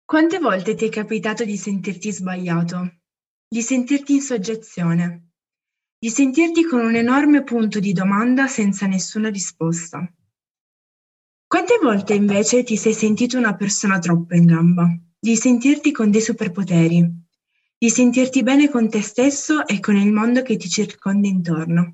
Quante volte ti è capitato di sentirti sbagliato, di sentirti in soggezione, di sentirti con un enorme punto di domanda senza nessuna risposta? Quante volte invece ti sei sentito una persona troppo in gamba, di sentirti con dei superpoteri, di sentirti bene con te stesso e con il mondo che ti circonda intorno?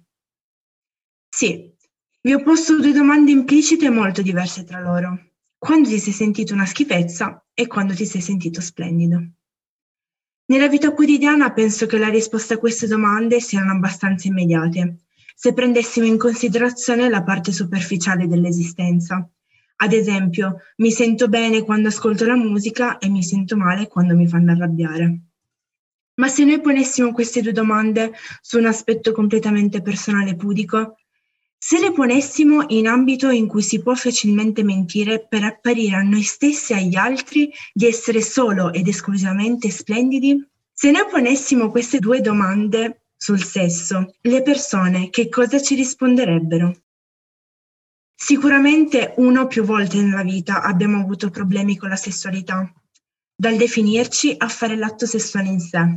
Sì, vi ho posto due domande implicite molto diverse tra loro. Quando ti sei sentito una schifezza e quando ti sei sentito splendido? Nella vita quotidiana penso che la risposta a queste domande siano abbastanza immediate, se prendessimo in considerazione la parte superficiale dell'esistenza. Ad esempio, mi sento bene quando ascolto la musica e mi sento male quando mi fanno arrabbiare. Ma se noi ponessimo queste due domande su un aspetto completamente personale e pudico, se le ponessimo in ambito in cui si può facilmente mentire per apparire a noi stessi e agli altri di essere solo ed esclusivamente splendidi, se noi ponessimo queste due domande sul sesso, le persone che cosa ci risponderebbero? Sicuramente uno o più volte nella vita abbiamo avuto problemi con la sessualità, dal definirci a fare l'atto sessuale in sé.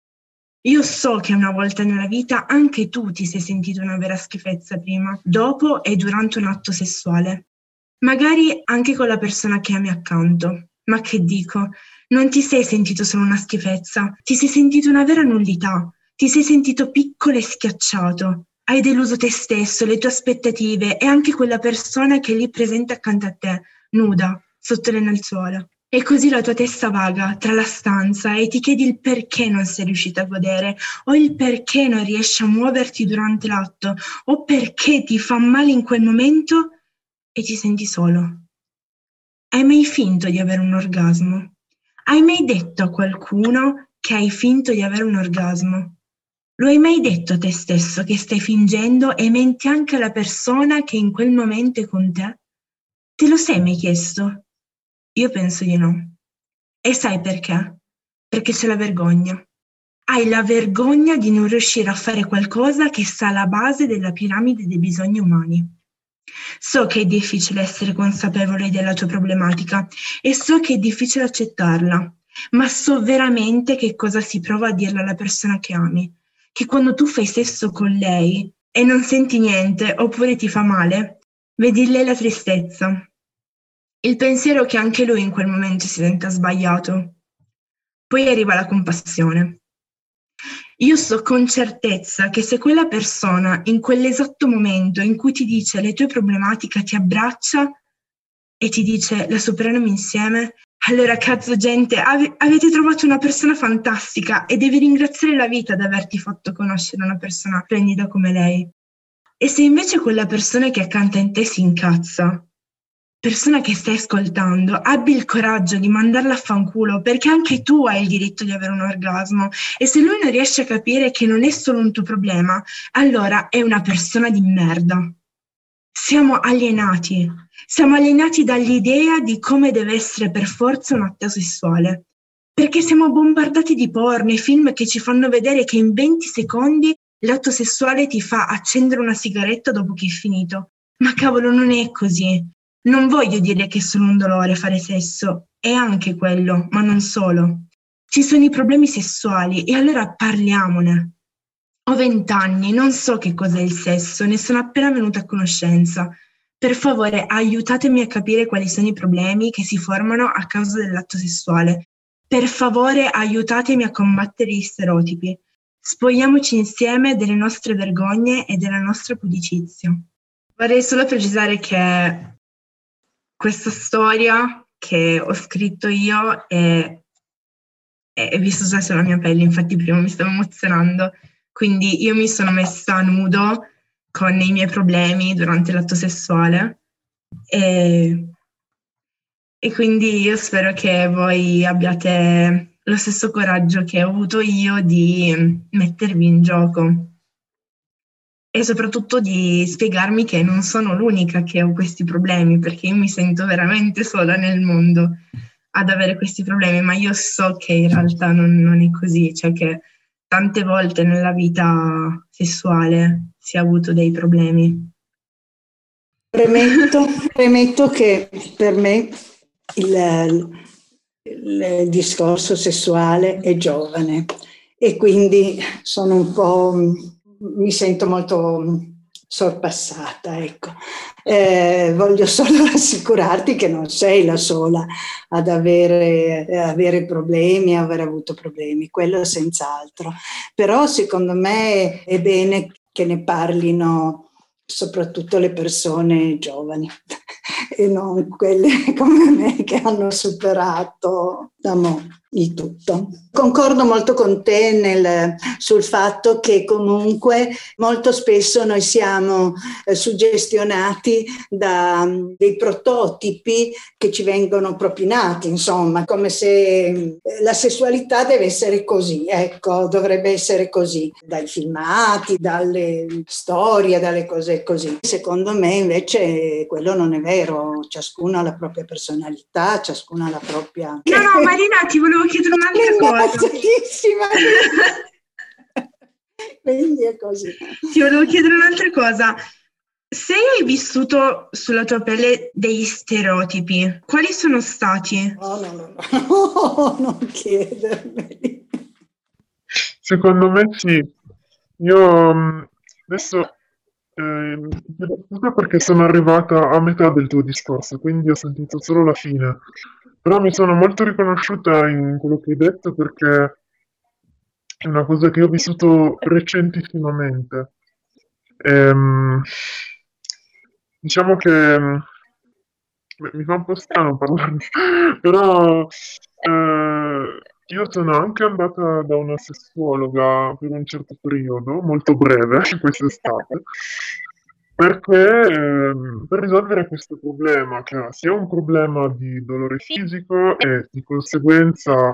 Io so che una volta nella vita anche tu ti sei sentito una vera schifezza prima, dopo e durante un atto sessuale. Magari anche con la persona che ami accanto. Ma che dico, non ti sei sentito solo una schifezza, ti sei sentito una vera nullità, ti sei sentito piccolo e schiacciato. Hai deluso te stesso, le tue aspettative e anche quella persona che è lì presente accanto a te, nuda, sotto le lenzuola. E così la tua testa vaga tra la stanza e ti chiedi il perché non sei riuscita a godere, o il perché non riesci a muoverti durante l'atto, o perché ti fa male in quel momento e ti senti solo. Hai mai finto di avere un orgasmo? Hai mai detto a qualcuno che hai finto di avere un orgasmo? Lo hai mai detto a te stesso che stai fingendo e menti anche alla persona che in quel momento è con te? Te lo sei mai chiesto? Io penso di no. E sai perché? Perché c'è la vergogna. Hai la vergogna di non riuscire a fare qualcosa che sta alla base della piramide dei bisogni umani. So che è difficile essere consapevole della tua problematica e so che è difficile accettarla, ma so veramente che cosa si prova a dirla alla persona che ami, che quando tu fai sesso con lei e non senti niente oppure ti fa male, vedi in lei la tristezza, il pensiero che anche lui in quel momento si senta sbagliato. Poi arriva la compassione. Io so con certezza che se quella persona in quell'esatto momento in cui ti dice le tue problematiche ti abbraccia e ti dice la supereremo insieme, allora cazzo gente, avete trovato una persona fantastica e devi ringraziare la vita di averti fatto conoscere una persona splendida come lei. E se invece quella persona che è accanto a te si incazza, persona che stai ascoltando, abbi il coraggio di mandarla a fanculo perché anche tu hai il diritto di avere un orgasmo e se lui non riesce a capire che non è solo un tuo problema, allora è una persona di merda. Siamo alienati dall'idea di come deve essere per forza un atto sessuale, perché siamo bombardati di porno e film che ci fanno vedere che in 20 secondi l'atto sessuale ti fa accendere una sigaretta dopo che è finito. Ma cavolo, non è così. Non voglio dire che è solo un dolore fare sesso, è anche quello, ma non solo. Ci sono i problemi sessuali e allora parliamone. Ho 20 anni, non so che cos'è il sesso, ne sono appena venuta a conoscenza. Per favore, aiutatemi a capire quali sono i problemi che si formano a causa dell'atto sessuale. Per favore, aiutatemi a combattere gli stereotipi. Spogliamoci insieme delle nostre vergogne e della nostra pudicizia. Vorrei solo precisare che questa storia che ho scritto io è vissuta sulla mia pelle, infatti prima mi stavo emozionando, quindi io mi sono messa a nudo con i miei problemi durante l'atto sessuale e, e quindi io spero che voi abbiate lo stesso coraggio che ho avuto io di mettervi in gioco e soprattutto di spiegarmi che non sono l'unica che ho questi problemi, perché io mi sento veramente sola nel mondo ad avere questi problemi, ma io so che in realtà non è così, cioè che tante volte nella vita sessuale si è avuto dei problemi. Premetto che per me il discorso sessuale è giovane e quindi sono un po', mi sento molto sorpassata, ecco. Voglio solo rassicurarti che non sei la sola ad avere problemi, aver avuto problemi, quello senz'altro. Però secondo me è bene che ne parlino soprattutto le persone giovani e non quelle come me che hanno superato il tutto. Concordo molto con te sul fatto che comunque molto spesso noi siamo suggestionati da dei prototipi che ci vengono propinati, insomma, come se la sessualità deve essere così, ecco, dovrebbe essere così, dai filmati, dalle storie, dalle cose così. Secondo me invece quello non è vero, ciascuno ha la propria personalità, ciascuno ha la propria... No, Marina, ti volevo chiedere un'altra cosa. Quindi è così. Ti volevo chiedere un'altra cosa. Se hai vissuto sulla tua pelle degli stereotipi, quali sono stati? No, non chiedermeli. Secondo me sì. Io adesso perché sono arrivata a metà del tuo discorso, quindi ho sentito solo la fine. Però mi sono molto riconosciuta in quello che hai detto perché è una cosa che ho vissuto recentissimamente. Ehm, diciamo che mi fa un po' strano parlare, però io sono anche andata da una sessuologa per un certo periodo, molto breve, quest'estate, perché per risolvere questo problema, che era sia un problema di dolore fisico e di conseguenza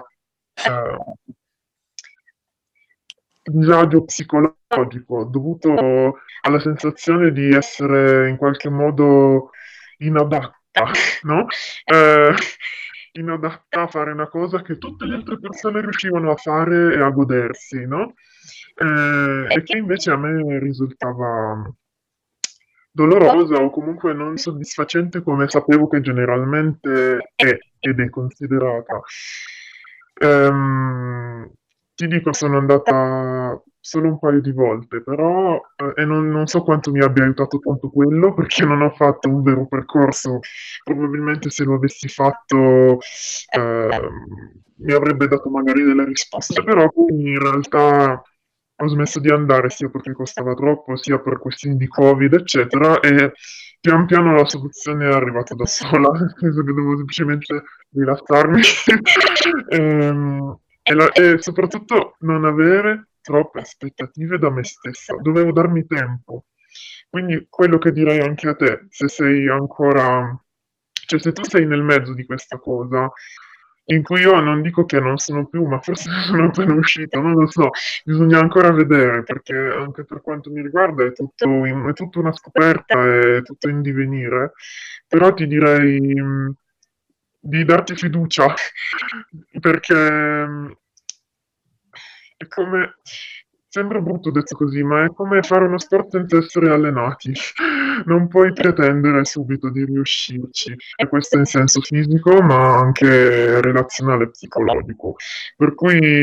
disagio psicologico dovuto alla sensazione di essere in qualche modo inadatta, no? Inadatta a fare una cosa che tutte le altre persone riuscivano a fare e a godersi, no? E che invece a me risultava dolorosa o comunque non soddisfacente come sapevo che generalmente è ed è considerata. Ti dico, sono andata solo un paio di volte, però e non so quanto mi abbia aiutato tanto quello, perché non ho fatto un vero percorso. Probabilmente se lo avessi fatto mi avrebbe dato magari delle risposte, però poi in realtà ho smesso di andare sia perché costava troppo, sia per questioni di Covid, eccetera, e pian piano la soluzione è arrivata da sola, nel senso che devo semplicemente rilassarmi e soprattutto non avere troppe aspettative da me stessa. Dovevo darmi tempo. Quindi quello che direi anche a te, se sei ancora, cioè se tu sei nel mezzo di questa cosa, in cui io non dico che non sono più, ma forse sono appena uscito, non lo so, bisogna ancora vedere, perché anche per quanto mi riguarda è tutta una scoperta, è tutto in divenire, però ti direi di darti fiducia, perché è come, sembra brutto detto così, ma è come fare uno sport senza essere allenati. Non puoi pretendere subito di riuscirci, e questo in senso fisico, ma anche relazionale e psicologico. Per cui,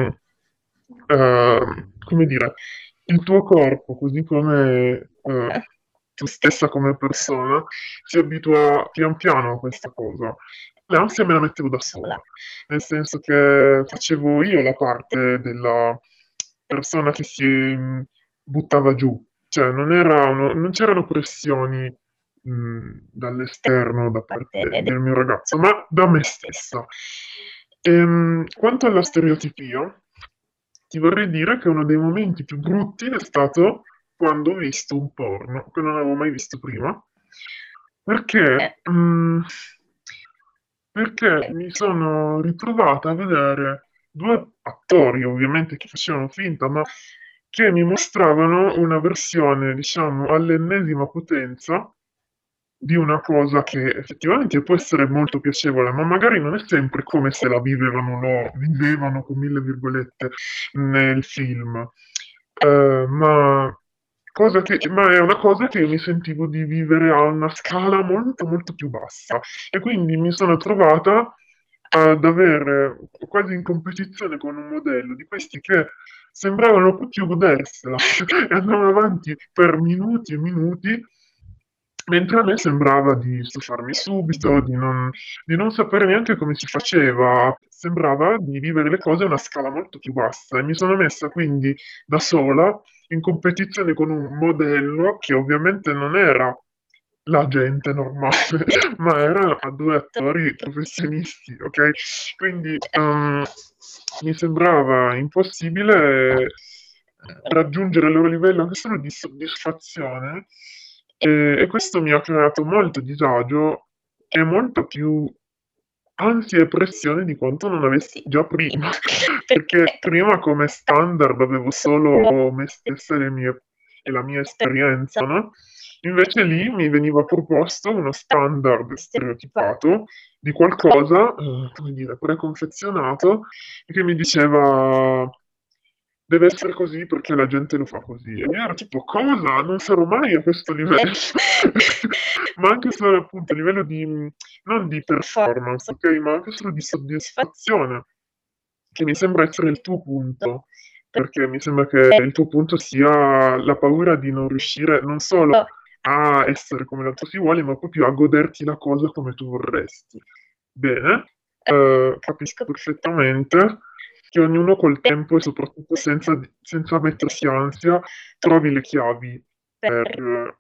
come dire, il tuo corpo, così come tu stessa come persona, si abitua pian piano a questa cosa. L'ansia me la mettevo da sola, nel senso che facevo io la parte della persona che si buttava giù, cioè non c'erano pressioni dall'esterno da parte del mio ragazzo, ma da me stessa. Quanto alla stereotipia, ti vorrei dire che uno dei momenti più brutti è stato quando ho visto un porno che non avevo mai visto prima, perché, perché mi sono ritrovata a vedere due attori, ovviamente, che facevano finta, ma che mi mostravano una versione, diciamo, all'ennesima potenza di una cosa che effettivamente può essere molto piacevole, ma magari non è sempre come se la vivevano loro, vivevano con mille virgolette nel film. Ma, ma è una cosa che io mi sentivo di vivere a una scala molto molto più bassa e quindi mi sono trovata ad avere quasi in competizione con un modello di questi che sembravano proprio godersela e andavano avanti per minuti e minuti, mentre a me sembrava di stufarmi subito, di non sapere neanche come si faceva, sembrava di vivere le cose a una scala molto più bassa e mi sono messa quindi da sola in competizione con un modello che ovviamente non era la gente normale, ma era a due attori professionisti, ok? Quindi mi sembrava impossibile raggiungere il loro livello anche solo di soddisfazione e questo mi ha creato molto disagio e molto più ansia e pressione di quanto non avessi già prima, perché prima come standard avevo solo me stessa e la mia esperienza, no? Invece lì mi veniva proposto uno standard stereotipato di qualcosa, come dire, preconfezionato, che mi diceva deve essere così perché la gente lo fa così. E io ero tipo, cosa? Non sarò mai a questo livello. Ma anche solo appunto a livello di, non di performance, ok? Ma anche solo di soddisfazione, che mi sembra essere il tuo punto. Perché mi sembra che il tuo punto sia la paura di non riuscire non solo a essere come l'altro si vuole, ma proprio a goderti la cosa come tu vorresti. Bene, capisco perfettamente che ognuno col tempo e soprattutto senza mettersi ansia trovi le chiavi per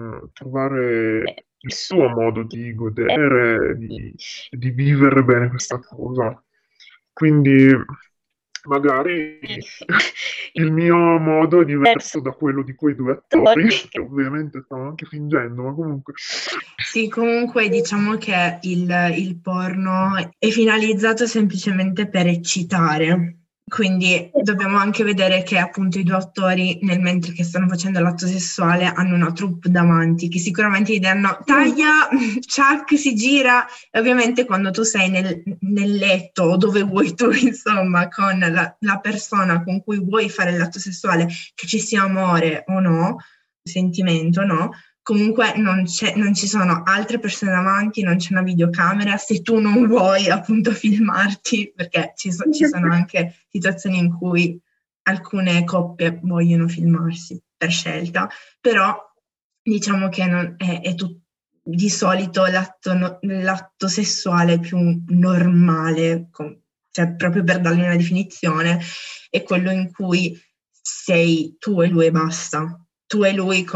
trovare il suo modo di godere, di vivere bene questa cosa. Quindi magari il mio modo è diverso da quello di quei due attori, che ovviamente stavano anche fingendo, ma comunque. Sì, comunque diciamo che il porno è finalizzato semplicemente per eccitare, quindi dobbiamo anche vedere che appunto i due attori, nel mentre che stanno facendo l'atto sessuale, hanno una troupe davanti, che sicuramente gli diranno taglia, Chuck si gira, e ovviamente quando tu sei nel letto o dove vuoi tu, insomma, con la persona con cui vuoi fare l'atto sessuale, che ci sia amore o no, sentimento, no? Comunque non ci sono altre persone davanti, non c'è una videocamera, se tu non vuoi appunto filmarti, perché ci sono anche situazioni in cui alcune coppie vogliono filmarsi per scelta, però diciamo che è di solito l'atto sessuale più normale, cioè proprio per dargli una definizione, è quello in cui sei tu e lui e basta. Tu e lui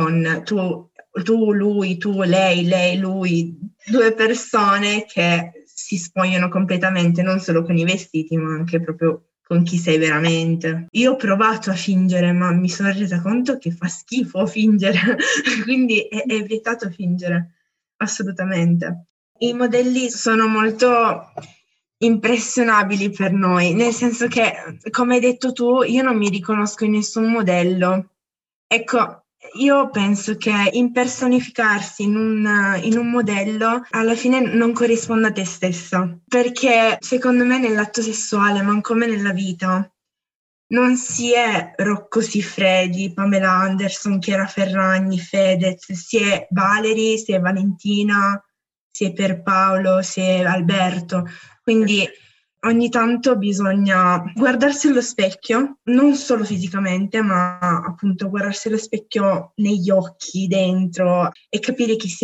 tu, lui, tu, lei, lui, due persone che si spogliano completamente, non solo con i vestiti, ma anche proprio con chi sei veramente. Io ho provato a fingere, ma mi sono resa conto che fa schifo fingere, quindi è vietato fingere, assolutamente. I modelli sono molto impressionabili per noi, nel senso che, come hai detto tu, io non mi riconosco in nessun modello. Ecco, io penso che impersonificarsi in un modello alla fine non corrisponda a te stessa, perché secondo me nell'atto sessuale, ma come nella vita, non si è Rocco Siffredi, Pamela Anderson, Chiara Ferragni, Fedez, si è Valerie, si è Valentina, si è Pierpaolo, si è Alberto. Quindi ogni tanto bisogna guardarsi allo specchio, non solo fisicamente, ma appunto guardarsi allo specchio negli occhi, dentro, e capire chi si